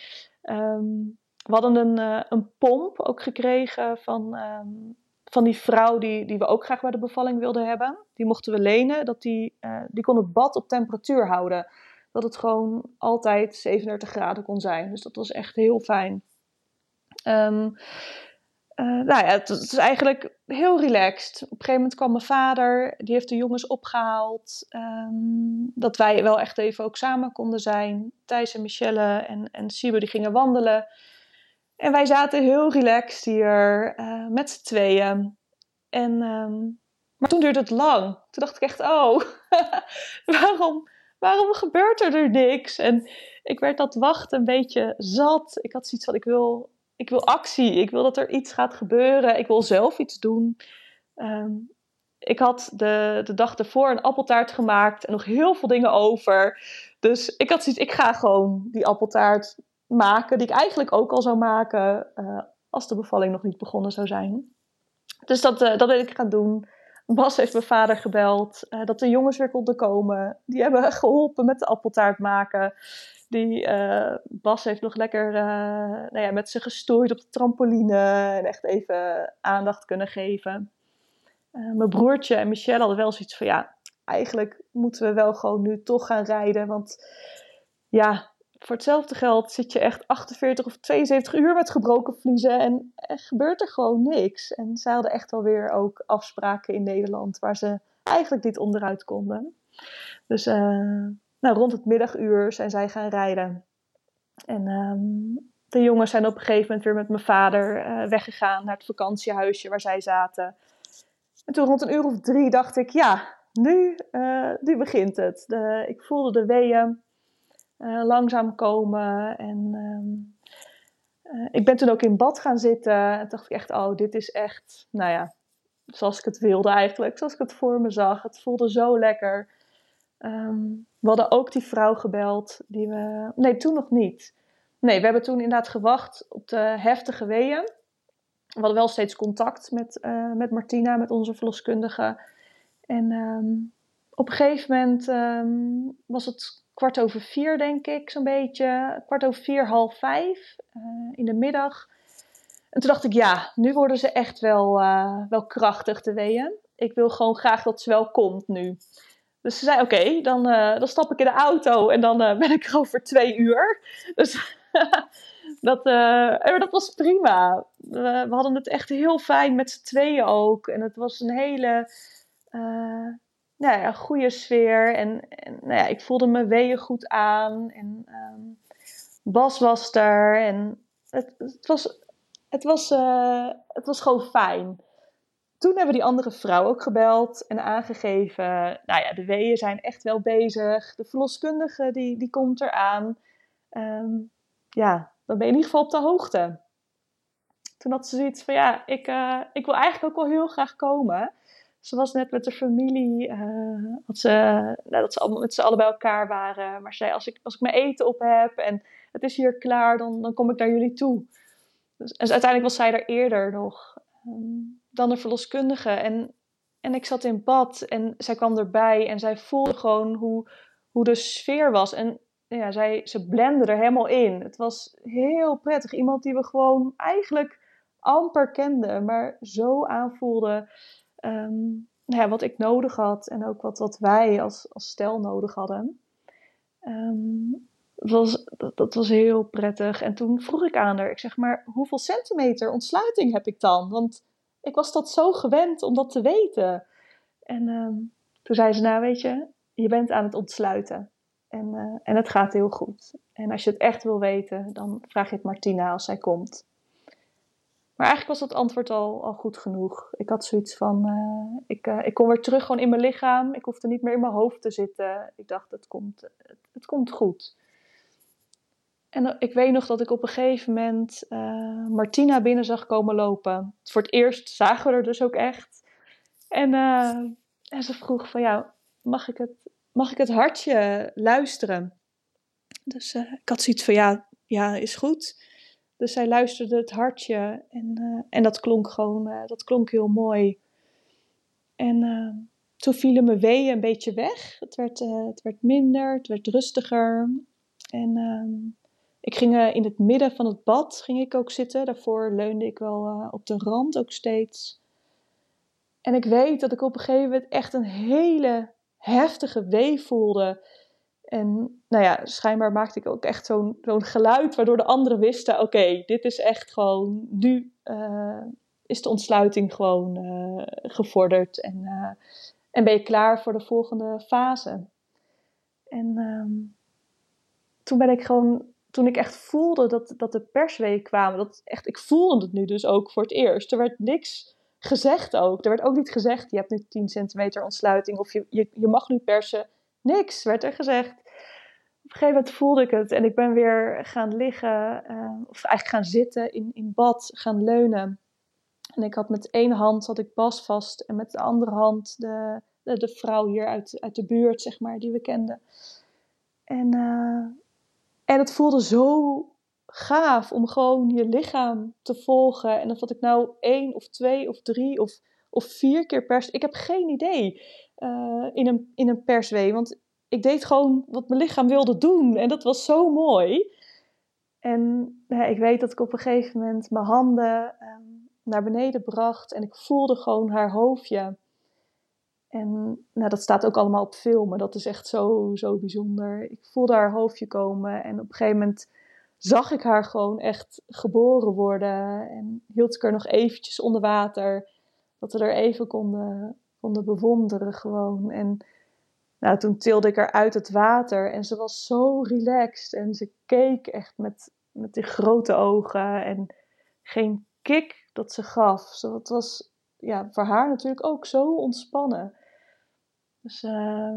Um, we hadden een, uh, een pomp ook gekregen van, um, van die vrouw die, die we ook graag bij de bevalling wilden hebben. Die mochten we lenen. Dat die, uh, die kon het bad op temperatuur houden. Dat het gewoon altijd zevenendertig graden kon zijn. Dus dat was echt heel fijn. Um, Uh, nou ja, het, het is eigenlijk heel relaxed. Op een gegeven moment kwam mijn vader, die heeft de jongens opgehaald. Um, dat wij wel echt even ook samen konden zijn. Thijs en Michelle en, en Siebe, die gingen wandelen. En wij zaten heel relaxed hier, uh, met z'n tweeën. En, um, maar toen duurde het lang. Toen dacht ik echt, oh, waarom, waarom gebeurt er er niks? En ik werd dat wachten een beetje zat. Ik had zoiets van, ik wil... Ik wil actie, ik wil dat er iets gaat gebeuren, ik wil zelf iets doen. Um, ik had de, de dag ervoor een appeltaart gemaakt en nog heel veel dingen over. Dus ik had zoiets, ik ga gewoon die appeltaart maken, die ik eigenlijk ook al zou maken uh, als de bevalling nog niet begonnen zou zijn. Dus dat, uh, dat ben ik gaan doen. Bas heeft mijn vader gebeld, uh, dat de jongens weer konden komen. Die hebben geholpen met de appeltaart maken. Die, uh, Bas heeft nog lekker uh, nou ja, met ze gestoeid op de trampoline en echt even aandacht kunnen geven. Uh, mijn broertje en Michelle hadden wel zoiets van, ja, eigenlijk moeten we wel gewoon nu toch gaan rijden. Want ja, voor hetzelfde geld zit je echt achtenveertig of tweeënzeventig uur met gebroken vliezen en er gebeurt er gewoon niks. En zij hadden echt wel weer ook afspraken in Nederland waar ze eigenlijk niet onderuit konden. Dus uh, nou, rond het middaguur zijn zij gaan rijden. En um, de jongens zijn op een gegeven moment weer met mijn vader uh, weggegaan naar het vakantiehuisje waar zij zaten. En toen rond een uur of drie dacht ik, ja, nu, uh, nu begint het. De, ik voelde de weeën uh, langzaam komen. En um, uh, ik ben toen ook in bad gaan zitten. En dacht ik echt, oh, dit is echt, nou ja, zoals ik het wilde eigenlijk. Zoals ik het voor me zag. Het voelde zo lekker. Um, we hadden ook die vrouw gebeld. Die we... Nee, toen nog niet. Nee, we hebben toen inderdaad gewacht op de heftige weeën. We hadden wel steeds contact met, uh, met Martina, met onze verloskundige. En um, op een gegeven moment um, was het kwart over vier, denk ik, zo'n beetje. Kwart over vier, half vijf uh, in de middag. En toen dacht ik, ja, nu worden ze echt wel, uh, wel krachtig, de weeën. Ik wil gewoon graag dat ze wel komt nu. Dus ze zei, oké, okay, dan, uh, dan stap ik in de auto en dan uh, ben ik er over twee uur. Dus dat, uh, dat was prima. We, we hadden het echt heel fijn met z'n tweeën ook. En het was een hele uh, nou ja, goede sfeer. En, en nou ja, ik voelde mijn weeën goed aan. En um, Bas was er. En het, het, was, het, was, uh, het was gewoon fijn. Toen hebben die andere vrouw ook gebeld en aangegeven, nou ja, de weeën zijn echt wel bezig. De verloskundige die, die komt eraan. Um, ja, dan ben je in ieder geval op de hoogte. Toen had ze zoiets van, ja, ik, uh, ik wil eigenlijk ook wel heel graag komen. Ze was net met de familie, uh, had ze, nou, dat ze allemaal met z'n allen bij elkaar waren. Maar ze zei, als ik, als ik mijn eten op heb en het is hier klaar, dan, dan kom ik naar jullie toe. Dus, dus uiteindelijk was zij er eerder nog um, dan de verloskundige. En, en ik zat in bad en zij kwam erbij en zij voelde gewoon hoe, hoe de sfeer was. En ja, zij, ze blende er helemaal in. Het was heel prettig. Iemand die we gewoon eigenlijk amper kenden, maar zo aanvoelde um, nou ja, wat ik nodig had en ook wat, wat wij als, als stel nodig hadden. Um, dat, was, dat, dat was heel prettig. En toen vroeg ik aan haar, ik zeg maar, hoeveel centimeter ontsluiting heb ik dan? Want ik was dat zo gewend om dat te weten. En um, toen zei ze, nou weet je, je bent aan het ontsluiten. En, uh, en het gaat heel goed. En als je het echt wil weten, dan vraag je het Martina als zij komt. Maar eigenlijk was dat antwoord al, al goed genoeg. Ik had zoiets van, uh, ik, uh, ik kom weer terug gewoon in mijn lichaam. Ik hoefde niet meer in mijn hoofd te zitten. Ik dacht, het komt, het, het komt goed. En uh, ik weet nog dat ik op een gegeven moment uh, Martina binnen zag komen lopen. Voor het eerst zagen we er dus ook echt. En, uh, en ze vroeg van, ja, mag ik het, mag ik het hartje luisteren? Dus uh, ik had zoiets van, ja, ja, is goed. Dus zij luisterde het hartje en, uh, en dat klonk gewoon, uh, dat klonk heel mooi. En uh, toen vielen mijn weeën een beetje weg. Het werd, uh, het werd minder, het werd rustiger. En uh, ik ging uh, in het midden van het bad ging ik ook zitten. Daarvoor leunde ik wel uh, op de rand ook steeds. En ik weet dat ik op een gegeven moment echt een hele heftige wee voelde. En nou ja, schijnbaar maakte ik ook echt zo'n, zo'n geluid waardoor de anderen wisten, oké, okay, dit is echt gewoon, nu uh, is de ontsluiting gewoon uh, gevorderd en, uh, en ben je klaar voor de volgende fase. En um, toen ben ik gewoon, toen ik echt voelde dat, dat de persweeën kwamen, dat echt, ik voelde het nu dus ook voor het eerst. Er werd niks gezegd ook. Er werd ook niet gezegd, je hebt nu tien centimeter ontsluiting of je, je, je mag nu persen. Niks werd er gezegd. Op een gegeven moment voelde ik het en ik ben weer gaan liggen, uh, of eigenlijk gaan zitten in, in bad, gaan leunen. En ik had met één hand had ik Bas vast en met de andere hand de, de, de vrouw hier uit, uit de buurt, zeg maar, die we kenden. En, uh, en het voelde zo gaaf om gewoon je lichaam te volgen. En of dat ik nou één of twee of drie of, of vier keer pers. Ik heb geen idee uh, in, een, in een perswee, want ik deed gewoon wat mijn lichaam wilde doen. En dat was zo mooi. En nou ja, ik weet dat ik op een gegeven moment mijn handen um, naar beneden bracht. En ik voelde gewoon haar hoofdje. En nou, dat staat ook allemaal op film. En dat is echt zo, zo bijzonder. Ik voelde haar hoofdje komen. En op een gegeven moment zag ik haar gewoon echt geboren worden. En hield ik haar nog eventjes onder water. Dat we er even konden, konden bewonderen gewoon. En nou, toen tilde ik haar uit het water. En ze was zo relaxed. En ze keek echt met, met die grote ogen. En geen kick dat ze gaf. Zo, het was ja, voor haar natuurlijk ook zo ontspannen. Dus uh,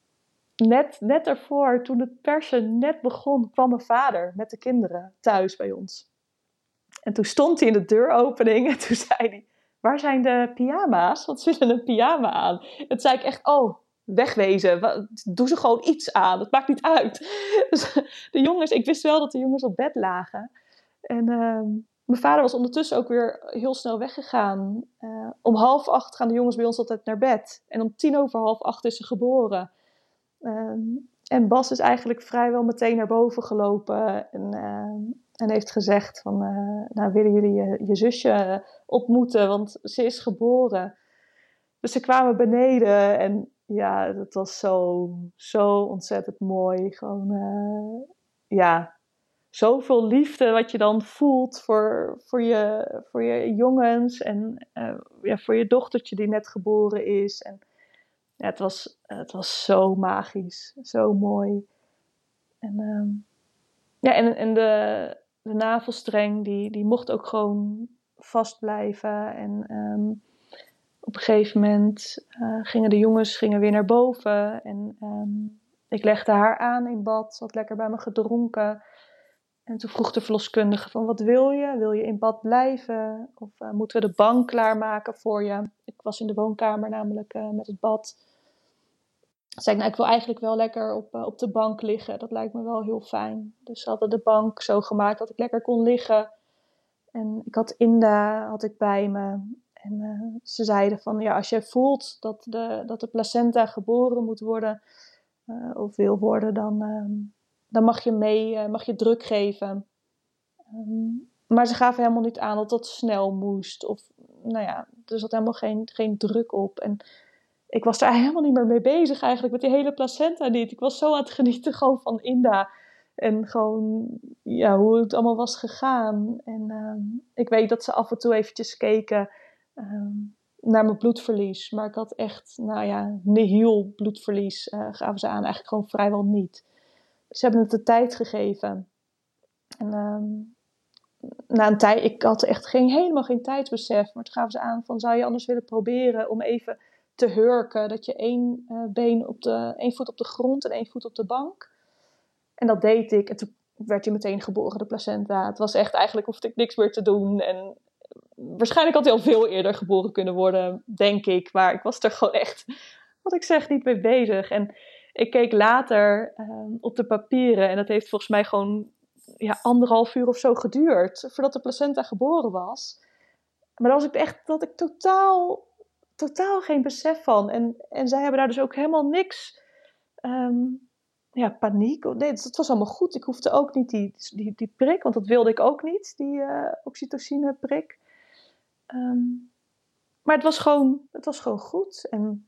net, net ervoor, toen het persen net begon, kwam mijn vader met de kinderen thuis bij ons. En toen stond hij in de deuropening en toen zei hij, waar zijn de pyjama's? Want ze willen een pyjama aan. En toen zei ik echt, oh, wegwezen. Doe ze gewoon iets aan. Het maakt niet uit. Dus de jongens, ik wist wel dat de jongens op bed lagen. En uh, mijn vader was ondertussen ook weer heel snel weggegaan. Uh, om half acht gaan de jongens bij ons altijd naar bed. En om tien over half acht is ze geboren. Uh, en Bas is eigenlijk vrijwel meteen naar boven gelopen. En, uh, en heeft gezegd van, uh, nou willen jullie je, je zusje ontmoeten? Want ze is geboren. Dus ze kwamen beneden. En ja, dat was zo, zo ontzettend mooi. Gewoon, uh, ja... Zoveel liefde wat je dan voelt voor, voor, je, voor je jongens en uh, ja, voor je dochtertje die net geboren is. En, ja, het, was, het was zo magisch, zo mooi. En, um, ja, en, en de, de navelstreng die, die mocht ook gewoon vast blijven. En um, op een gegeven moment uh, gingen de jongens gingen weer naar boven. En um, ik legde haar aan in bad, ze had lekker bij me gedronken. En toen vroeg de verloskundige van, wat wil je? Wil je in bad blijven? Of uh, moeten we de bank klaarmaken voor je? Ik was in de woonkamer namelijk uh, met het bad. Toen zei ik, nou, ik wil eigenlijk wel lekker op, uh, op de bank liggen. Dat lijkt me wel heel fijn. Dus ze hadden de bank zo gemaakt dat ik lekker kon liggen. En ik had Inda had ik bij me. En uh, ze zeiden van, ja, als jij voelt dat de, dat de placenta geboren moet worden, uh, of wil worden, dan... Uh, Dan mag je mee, uh, mag je druk geven. Um, maar ze gaven helemaal niet aan dat dat snel moest. Of, nou ja, er zat helemaal geen, geen druk op. En ik was daar helemaal niet meer mee bezig eigenlijk. Met die hele placenta niet. Ik was zo aan het genieten gewoon van Inda. En gewoon, ja, hoe het allemaal was gegaan. En um, ik weet dat ze af en toe eventjes keken um, naar mijn bloedverlies. Maar ik had echt, nou ja, nihil bloedverlies uh, gaven ze aan. Eigenlijk gewoon vrijwel niet. Ze hebben het de tijd gegeven. En um, na een tijd, ik had echt geen, helemaal geen tijdsbesef. Maar toen gaven ze aan van, zou je anders willen proberen om even te hurken. Dat je één uh, been op de, één voet op de grond en één voet op de bank. En dat deed ik. En toen werd hij meteen geboren, de placenta. Het was echt, eigenlijk hoefde ik niks meer te doen. En waarschijnlijk had hij al veel eerder geboren kunnen worden, denk ik. Maar ik was er gewoon echt, wat ik zeg, niet mee bezig. En ik keek later uh, op de papieren en dat heeft volgens mij gewoon ja, anderhalf uur of zo geduurd voordat de placenta geboren was. Maar daar was ik echt, dat ik totaal, totaal geen besef van. En, en zij hebben daar dus ook helemaal niks, um, ja, paniek. Nee, het was allemaal goed. Ik hoefde ook niet die, die, die prik, want dat wilde ik ook niet, die uh, oxytocine prik. Um, maar het was gewoon, het was gewoon goed. En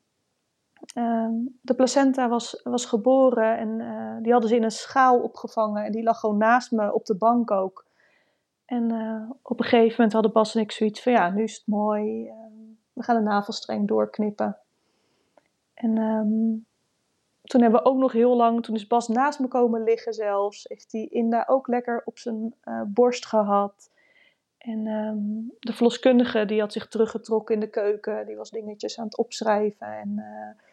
Uh, de placenta was, was geboren en uh, die hadden ze in een schaal opgevangen. En die lag gewoon naast me op de bank ook. En uh, op een gegeven moment hadden Bas en ik zoiets van, ja, nu is het mooi. Uh, we gaan de navelstreng doorknippen. En um, toen hebben we ook nog heel lang, toen is Bas naast me komen liggen zelfs. Heeft hij Inda ook lekker op zijn uh, borst gehad. En um, de verloskundige die had zich teruggetrokken in de keuken. Die was dingetjes aan het opschrijven. En, uh,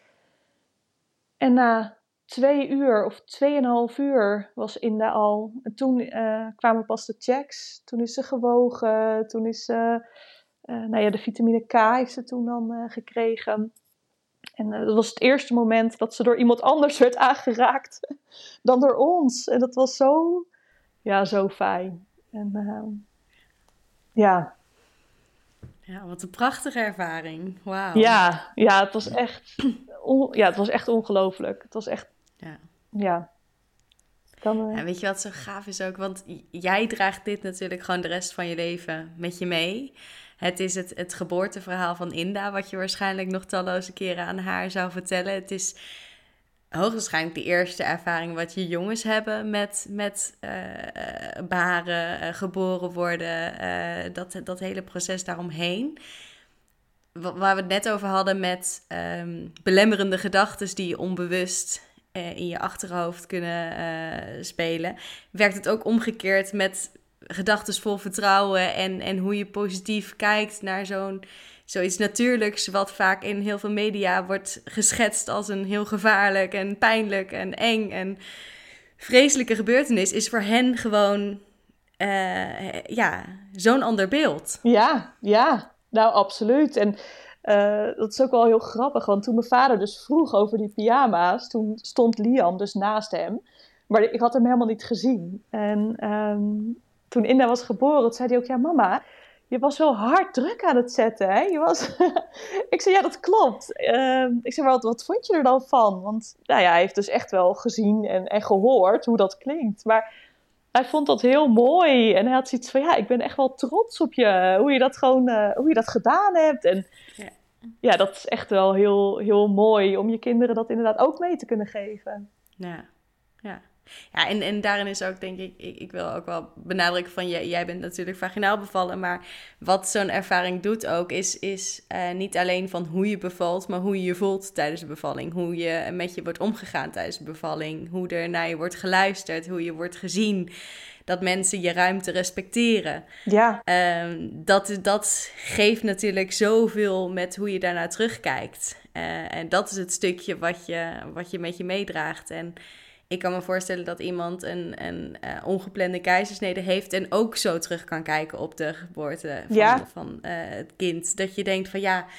en na twee uur of tweeënhalf uur was Inda al. En toen uh, kwamen pas de checks. Toen is ze gewogen. Toen is ze, uh, nou ja, de vitamine K heeft ze toen dan uh, gekregen. En uh, dat was het eerste moment dat ze door iemand anders werd aangeraakt dan door ons. En dat was zo, ja, zo fijn. En uh, ja... Ja, wat een prachtige ervaring. Wauw. Ja, ja, het was echt, on, ja, het was echt ongelooflijk. Het was echt, ja. ja. Dan, uh... ja. Weet je wat zo gaaf is ook? Want jij draagt dit natuurlijk gewoon de rest van je leven met je mee. Het is het, het geboorteverhaal van Inda, wat je waarschijnlijk nog talloze keren aan haar zou vertellen. Het is hoogstwaarschijnlijk de eerste ervaring wat je jongens hebben met, met uh, baren, uh, geboren worden, uh, dat, dat hele proces daaromheen. Waar we het net over hadden met um, belemmerende gedachten die je onbewust uh, in je achterhoofd kunnen uh, spelen, werkt het ook omgekeerd met gedachten vol vertrouwen en, en hoe je positief kijkt naar zo'n zoiets natuurlijks, wat vaak in heel veel media wordt geschetst als een heel gevaarlijk en pijnlijk en eng en vreselijke gebeurtenis, is voor hen gewoon uh, ja, zo'n ander beeld. Ja, ja, nou absoluut. En uh, dat is ook wel heel grappig, want toen mijn vader dus vroeg over die pyjama's, toen stond Liam dus naast hem, maar ik had hem helemaal niet gezien. En um, toen Inda was geboren, toen zei hij ook, ja mama, je was wel hard druk aan het zetten, hè? Je was... ik zei, ja, dat klopt. Uh, ik zei, wat, wat vond je er dan van? Want nou ja, hij heeft dus echt wel gezien en, en gehoord hoe dat klinkt. Maar hij vond dat heel mooi. En hij had zoiets van, ja, ik ben echt wel trots op je. Hoe je dat gewoon, uh, hoe je dat gedaan hebt. En ja, ja dat is echt wel heel, heel mooi om je kinderen dat inderdaad ook mee te kunnen geven. Ja, ja. Ja, en, en daarin is ook, denk ik, ik, ik wil ook wel benadrukken van, jij, jij bent natuurlijk vaginaal bevallen, maar wat zo'n ervaring doet ook, is, is uh, niet alleen van hoe je bevalt, maar hoe je je voelt tijdens de bevalling. Hoe je met je wordt omgegaan tijdens de bevalling, hoe er naar je wordt geluisterd, hoe je wordt gezien, dat mensen je ruimte respecteren. Ja. Um, dat, dat geeft natuurlijk zoveel met hoe je daarnaar terugkijkt. Uh, en dat is het stukje wat je, wat je met je meedraagt. En ik kan me voorstellen dat iemand een, een uh, ongeplande keizersnede heeft en ook zo terug kan kijken op de geboorte van, ja. van uh, het kind. Dat je denkt van ja,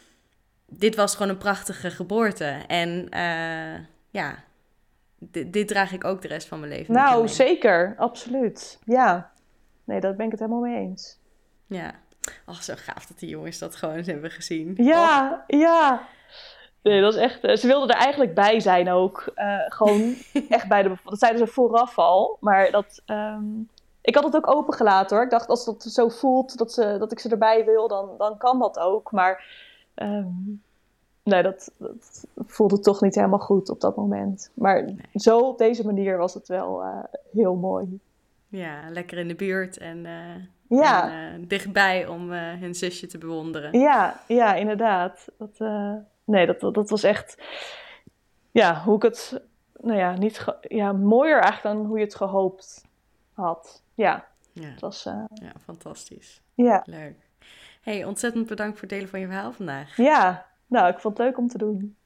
dit was gewoon een prachtige geboorte. En uh, ja, d- dit draag ik ook de rest van mijn leven. Nou, zeker. Absoluut. Ja. Nee, daar ben ik het helemaal mee eens. Ja. Ach, zo gaaf dat die jongens dat gewoon eens hebben gezien. Ja, oh. ja. Nee, dat is echt... Ze wilden er eigenlijk bij zijn ook. Uh, gewoon echt bij de... Dat zeiden ze vooraf al. Maar dat... Um, ik had het ook opengelaten hoor. Ik dacht, als dat zo voelt dat, ze, dat ik ze erbij wil, dan, dan kan dat ook. Maar... Um, nee, dat, dat voelde toch niet helemaal goed op dat moment. Maar nee. Zo op deze manier was het wel uh, heel mooi. Ja, lekker in de buurt en... Uh... Ja. En uh, dichtbij om uh, hun zusje te bewonderen. Ja, ja inderdaad. Dat, uh, nee, dat, dat was echt... Ja, hoe ik het... Nou ja, niet ge, ja, mooier eigenlijk dan hoe je het gehoopt had. Ja, ja. Het was... Uh, ja, fantastisch. Ja. Leuk. Hey, ontzettend bedankt voor het delen van je verhaal vandaag. Ja, nou, ik vond het leuk om te doen.